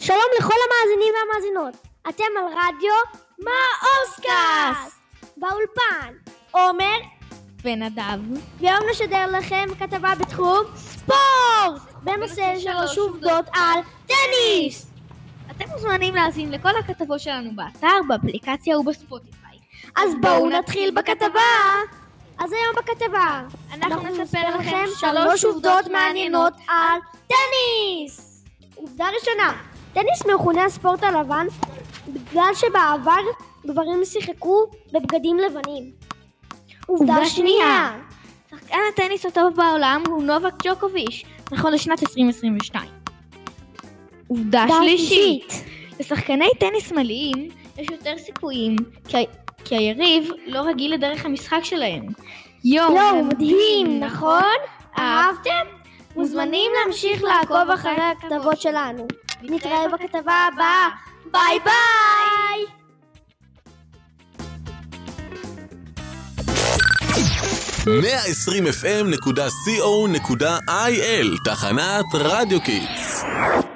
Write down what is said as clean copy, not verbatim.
שלום לכל המאזינים והמאזינות. אתם על רדיו מאוסקאסט. באולפן עומר ונדב. והיום נשדר לכם כתבה בתחום ספורט בנושא 3 עובדות על טניס. אתם מוזמנים להאזין לכל הכתבות שלנו באתר, באפליקציה ובספוטיפיי. אז בואו נתחיל בכתבה. אז היום בכתבה אנחנו נספר לכם 3 עובדות מעניינות על טניס. עובדה ראשונה, טניס מכונה הספורט הלבן בגלל שבעבר גברים שיחקו בבגדים לבנים. עובדה שנייה, שחקן הטניס הטוב בעולם הוא נובק ג'וקוביץ', נכון לשנת 2022. עובדה שלישית, לשחקני טניס מלאים יש יותר סיכויים כי היריב לא רגיל לדרך המשחק שלהם. יואו, מדהים, נכון? אהבתם? מוזמנים להמשיך לעקוב אחרי הכתבות שלנו. נתראה בכתבה הבאה. ביי ביי! 120fm.co.il תחנת רדיו קידס.